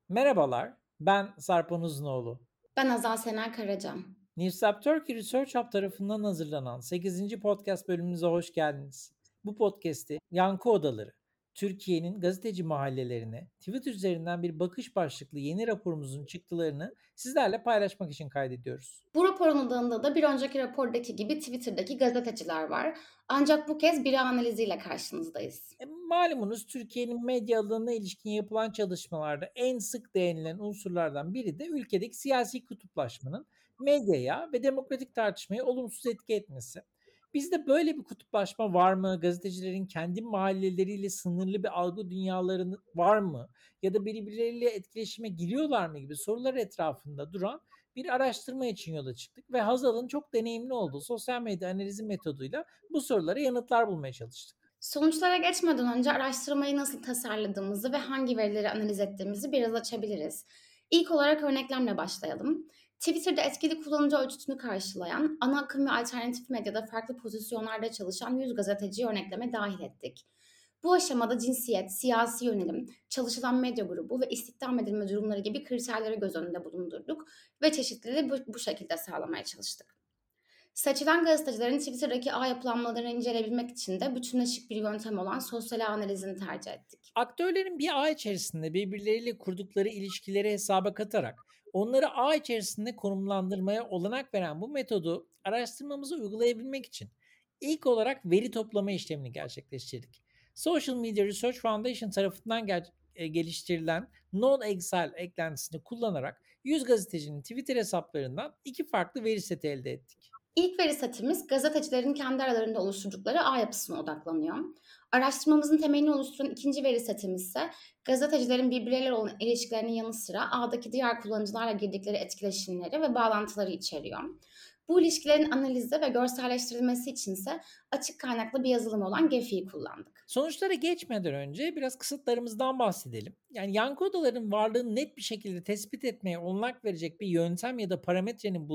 Merhabalar, ben Sarpan Uzunoğlu. Ben Azal Sena Karaca. Newsap Turkey Research Hub tarafından hazırlanan 8. podcast bölümümüze hoş geldiniz. Bu podcast'i Yankı Odaları, Türkiye'nin gazeteci mahallelerine Twitter üzerinden bir bakış başlıklı yeni raporumuzun çıktılarını sizlerle paylaşmak için kaydediyoruz. Bu raporun odağında da bir önceki rapordaki gibi Twitter'daki gazeteciler var. Ancak bu kez biri analiziyle karşınızdayız. Malumunuz Türkiye'nin medya alanına ilişkin yapılan çalışmalarda en sık değinilen unsurlardan biri de ülkedeki siyasi kutuplaşmanın medyaya ve demokratik tartışmaya olumsuz etki etmesi. Bizde böyle bir kutuplaşma var mı? Gazetecilerin kendi mahalleleriyle sınırlı bir algı dünyaları var mı? Ya da birbirleriyle etkileşime giriyorlar mı gibi sorular etrafında duran bir araştırma için yola çıktık ve Hazal'ın çok deneyimli olduğu sosyal medya analizi metoduyla bu sorulara yanıtlar bulmaya çalıştık. Sonuçlara geçmeden önce araştırmayı nasıl tasarladığımızı ve hangi verileri analiz ettiğimizi biraz açabiliriz. İlk olarak örneklemle başlayalım. Twitter'da etkili kullanıcı ölçütünü karşılayan, ana akım ve alternatif medyada farklı pozisyonlarda çalışan 100 gazeteciyi örnekleme dahil ettik. Bu aşamada cinsiyet, siyasi yönelim, çalışılan medya grubu ve istihdam edilme durumları gibi kriterleri göz önünde bulundurduk ve çeşitliliği bu şekilde sağlamaya çalıştık. Seçilen gazetecilerin Twitter'daki ağ yapılanmalarını inceleyebilmek için de bütünleşik bir yöntem olan sosyal ağ analizini tercih ettik. Aktörlerin bir ağ içerisinde birbirleriyle kurdukları ilişkileri hesaba katarak onları ağ içerisinde konumlandırmaya olanak veren bu metodu araştırmamızı uygulayabilmek için ilk olarak veri toplama işlemini gerçekleştirdik. Social Media Research Foundation tarafından geliştirilen Non-Excel eklentisini kullanarak 100 gazetecinin Twitter hesaplarından iki farklı veri seti elde ettik. İlk veri setimiz gazetecilerin kendi aralarında oluşturdukları ağ yapısına odaklanıyor. Araştırmamızın temelini oluşturan ikinci veri setimiz ise gazetecilerin birbirleriyle olan ilişkilerinin yanı sıra ağdaki diğer kullanıcılarla girdikleri etkileşimleri ve bağlantıları içeriyor. Bu ilişkilerin analizi ve görselleştirilmesi içinse açık kaynaklı bir yazılım olan Gephi'yi kullandık. Sonuçlara geçmeden önce biraz kısıtlarımızdan bahsedelim. Yani yankı odalarının varlığını net bir şekilde tespit etmeye olanak verecek bir yöntem ya da parametrenin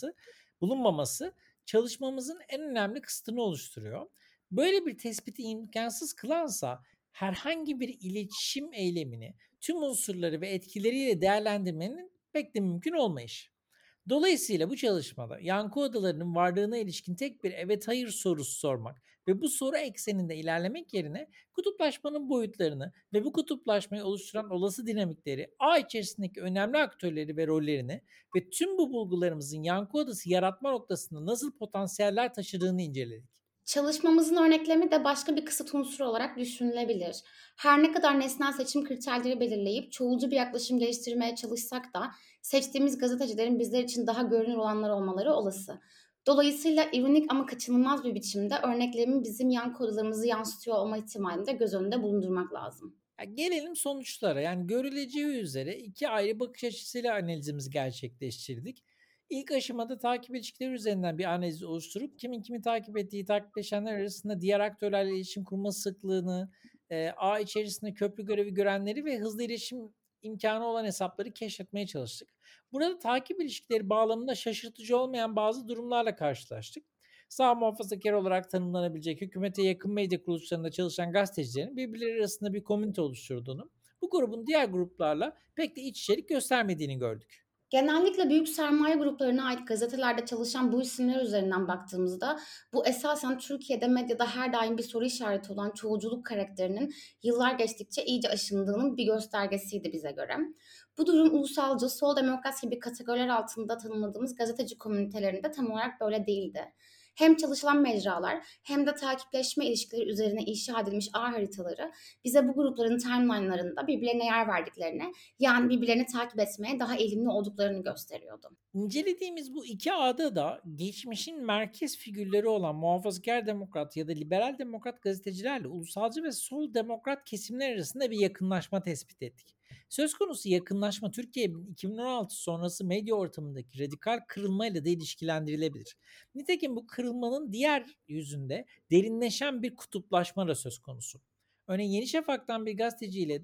bulunmaması çalışmamızın en önemli kısıtını oluşturuyor. Böyle bir tespiti imkansız kılansa herhangi bir iletişim eylemini tüm unsurları ve etkileriyle değerlendirmenin pek de mümkün olmayışı. Dolayısıyla bu çalışmada yankı odalarının varlığına ilişkin tek bir evet hayır sorusu sormak ve bu soru ekseninde ilerlemek yerine kutuplaşmanın boyutlarını ve bu kutuplaşmayı oluşturan olası dinamikleri, ağ içerisindeki önemli aktörleri ve rollerini ve tüm bu bulgularımızın yankı odası yaratma noktasında nasıl potansiyeller taşıdığını inceledik. Çalışmamızın örneklemi de başka bir kısıt unsuru olarak düşünülebilir. Her ne kadar nesnel seçim kriterleri belirleyip çoğulcu bir yaklaşım geliştirmeye çalışsak da seçtiğimiz gazetecilerin bizler için daha görünür olanlar olmaları olası. Dolayısıyla ironik ama kaçınılmaz bir biçimde örneklemin bizim yan kodlarımızı yansıtıyor olma ihtimalini de göz önünde bulundurmak lazım. Ya gelelim sonuçlara. Yani görüleceği üzere iki ayrı bakış açısıyla analizimizi gerçekleştirdik. İlk aşamada takip ilişkileri üzerinden bir analiz oluşturup kimin kimi takip ettiği, takipleşenler arasında diğer aktörlerle iletişim kurma sıklığını, ağ içerisinde köprü görevi görenleri ve hızlı iletişim imkanı olan hesapları keşfetmeye çalıştık. Burada takip ilişkileri bağlamında şaşırtıcı olmayan bazı durumlarla karşılaştık. Sağ muhafazakar olarak tanımlanabilecek hükümete yakın medya kuruluşlarında çalışan gazetecilerin birbirleri arasında bir komünite oluşturduğunu, bu grubun diğer gruplarla pek de iç içerik göstermediğini gördük. Genellikle büyük sermaye gruplarına ait gazetelerde çalışan bu isimler üzerinden baktığımızda bu esasen Türkiye'de medyada her daim bir soru işareti olan çoğulculuk karakterinin yıllar geçtikçe iyice aşındığının bir göstergesiydi bize göre. Bu durum ulusalcı, sol demokrat gibi kategoriler altında tanımladığımız gazeteci komünitelerinde tam olarak böyle değildi. Hem çalışılan mecralar hem de takipleşme ilişkileri üzerine inşa edilmiş ağ haritaları bize bu grupların timeline'larında birbirlerine yer verdiklerini, yani birbirlerini takip etmeye daha eğilimli olduklarını gösteriyordu. İncelediğimiz bu iki ağda da geçmişin merkez figürleri olan muhafazakar demokrat ya da liberal demokrat gazetecilerle ulusalcı ve sol demokrat kesimler arasında bir yakınlaşma tespit ettik. Söz konusu yakınlaşma Türkiye'nin 2016 sonrası medya ortamındaki radikal kırılmayla da ilişkilendirilebilir. Nitekim bu kırılmanın diğer yüzünde derinleşen bir kutuplaşma da söz konusu. Örneğin Yeni Şafak'tan bir gazeteciyle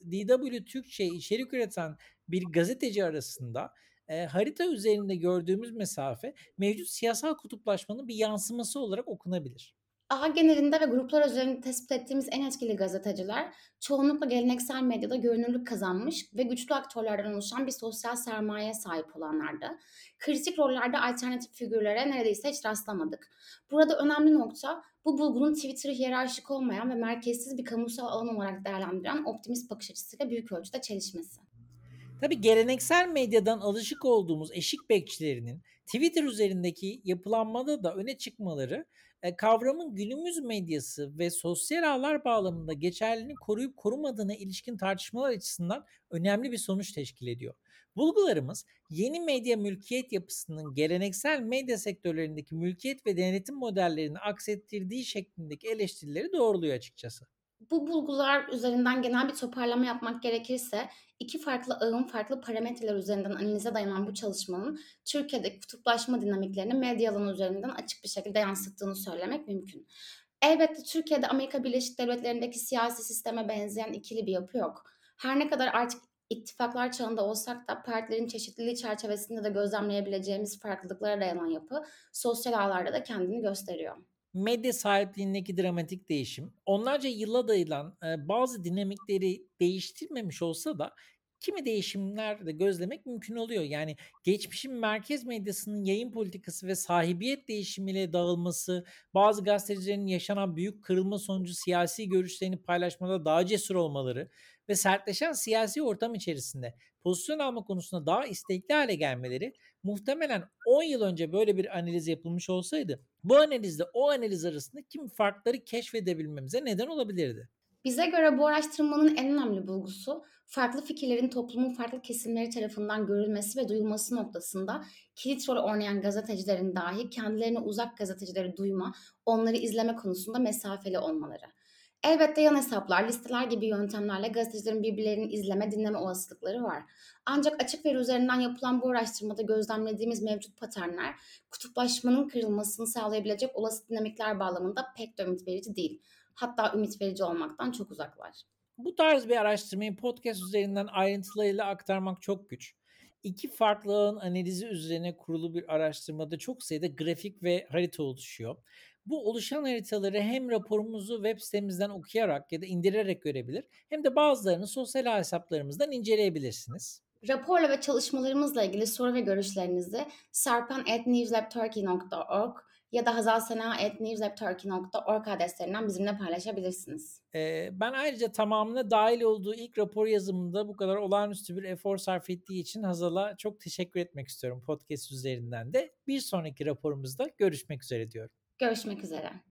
DW Türkçe içerik üreten bir gazeteci arasında harita üzerinde gördüğümüz mesafe mevcut siyasal kutuplaşmanın bir yansıması olarak okunabilir. Ağ genelinde ve gruplar özelinde tespit ettiğimiz en etkili gazeteciler, çoğunlukla geleneksel medyada görünürlük kazanmış ve güçlü aktörlerden oluşan bir sosyal sermayeye sahip olanlardı. Kritik rollerde alternatif figürlere neredeyse hiç rastlamadık. Burada önemli nokta, bu bulgunun Twitter'ı hiyerarşik olmayan ve merkezsiz bir kamusal alan olarak değerlendiren optimist bakış açısıyla büyük ölçüde çelişmesi. Tabii geleneksel medyadan alışık olduğumuz eşik bekçilerinin Twitter üzerindeki yapılanmada da öne çıkmaları kavramın günümüz medyası ve sosyal ağlar bağlamında geçerliliğini koruyup korumadığına ilişkin tartışmalar açısından önemli bir sonuç teşkil ediyor. Bulgularımız yeni medya mülkiyet yapısının geleneksel medya sektörlerindeki mülkiyet ve denetim modellerini aksettirdiği şeklindeki eleştirileri doğruluyor açıkçası. Bu bulgular üzerinden genel bir toparlama yapmak gerekirse, iki farklı ağın farklı parametreler üzerinden analize dayanan bu çalışmanın Türkiye'deki kutuplaşma dinamiklerini medya alanı üzerinden açık bir şekilde yansıttığını söylemek mümkün. Elbette Türkiye'de Amerika Birleşik Devletleri'ndeki siyasi sisteme benzeyen ikili bir yapı yok. Her ne kadar artık ittifaklar çağında olsak da partilerin çeşitliliği çerçevesinde de gözlemleyebileceğimiz farklılıklara dayanan yapı sosyal ağlarda da kendini gösteriyor. Medya sahipliğindeki dramatik değişim, onlarca yıla dayılan, bazı dinamikleri değiştirmemiş olsa da kimi değişimler de gözlemek mümkün oluyor. Yani geçmişin merkez medyasının yayın politikası ve sahibiyet değişimiyle dağılması, bazı gazetecilerin yaşanan büyük kırılma sonucu siyasi görüşlerini paylaşmada daha cesur olmaları ve sertleşen siyasi ortam içerisinde pozisyon alma konusunda daha istekli hale gelmeleri muhtemelen 10 yıl önce böyle bir analiz yapılmış olsaydı bu analizle o analiz arasında kimi farkları keşfedebilmemize neden olabilirdi. Bize göre bu araştırmanın en önemli bulgusu, farklı fikirlerin toplumun farklı kesimleri tarafından görülmesi ve duyulması noktasında kilit rol oynayan gazetecilerin dahi kendilerine uzak gazetecileri duyma, onları izleme konusunda mesafeli olmaları. Elbette yan hesaplar, listeler gibi yöntemlerle gazetecilerin birbirlerini izleme, dinleme olasılıkları var. Ancak açık veri üzerinden yapılan bu araştırmada gözlemlediğimiz mevcut paternler, kutuplaşmanın kırılmasını sağlayabilecek olası dinamikler bağlamında pek de ümit verici değil. Hatta ümit verici olmaktan çok uzaklar. Bu tarz bir araştırmayı podcast üzerinden ayrıntılarıyla aktarmak çok güç. İki farklı ağın analizi üzerine kurulu bir araştırmada çok sayıda grafik ve harita oluşuyor. Bu oluşan haritaları hem raporumuzu web sitemizden okuyarak ya da indirerek görebilir hem de bazılarını sosyal ağ hesaplarımızdan inceleyebilirsiniz. Raporla ve çalışmalarımızla ilgili soru ve görüşlerinizi serpan@newslabturkey.org ya da hazalsena@newslabturkey.org adreslerinden bizimle paylaşabilirsiniz. Ben ayrıca tamamına dahil olduğu ilk rapor yazımında bu kadar olağanüstü bir efor sarf ettiği için Hazal'a çok teşekkür etmek istiyorum podcast üzerinden de. Bir sonraki raporumuzda görüşmek üzere diyorum. Görüşmek üzere.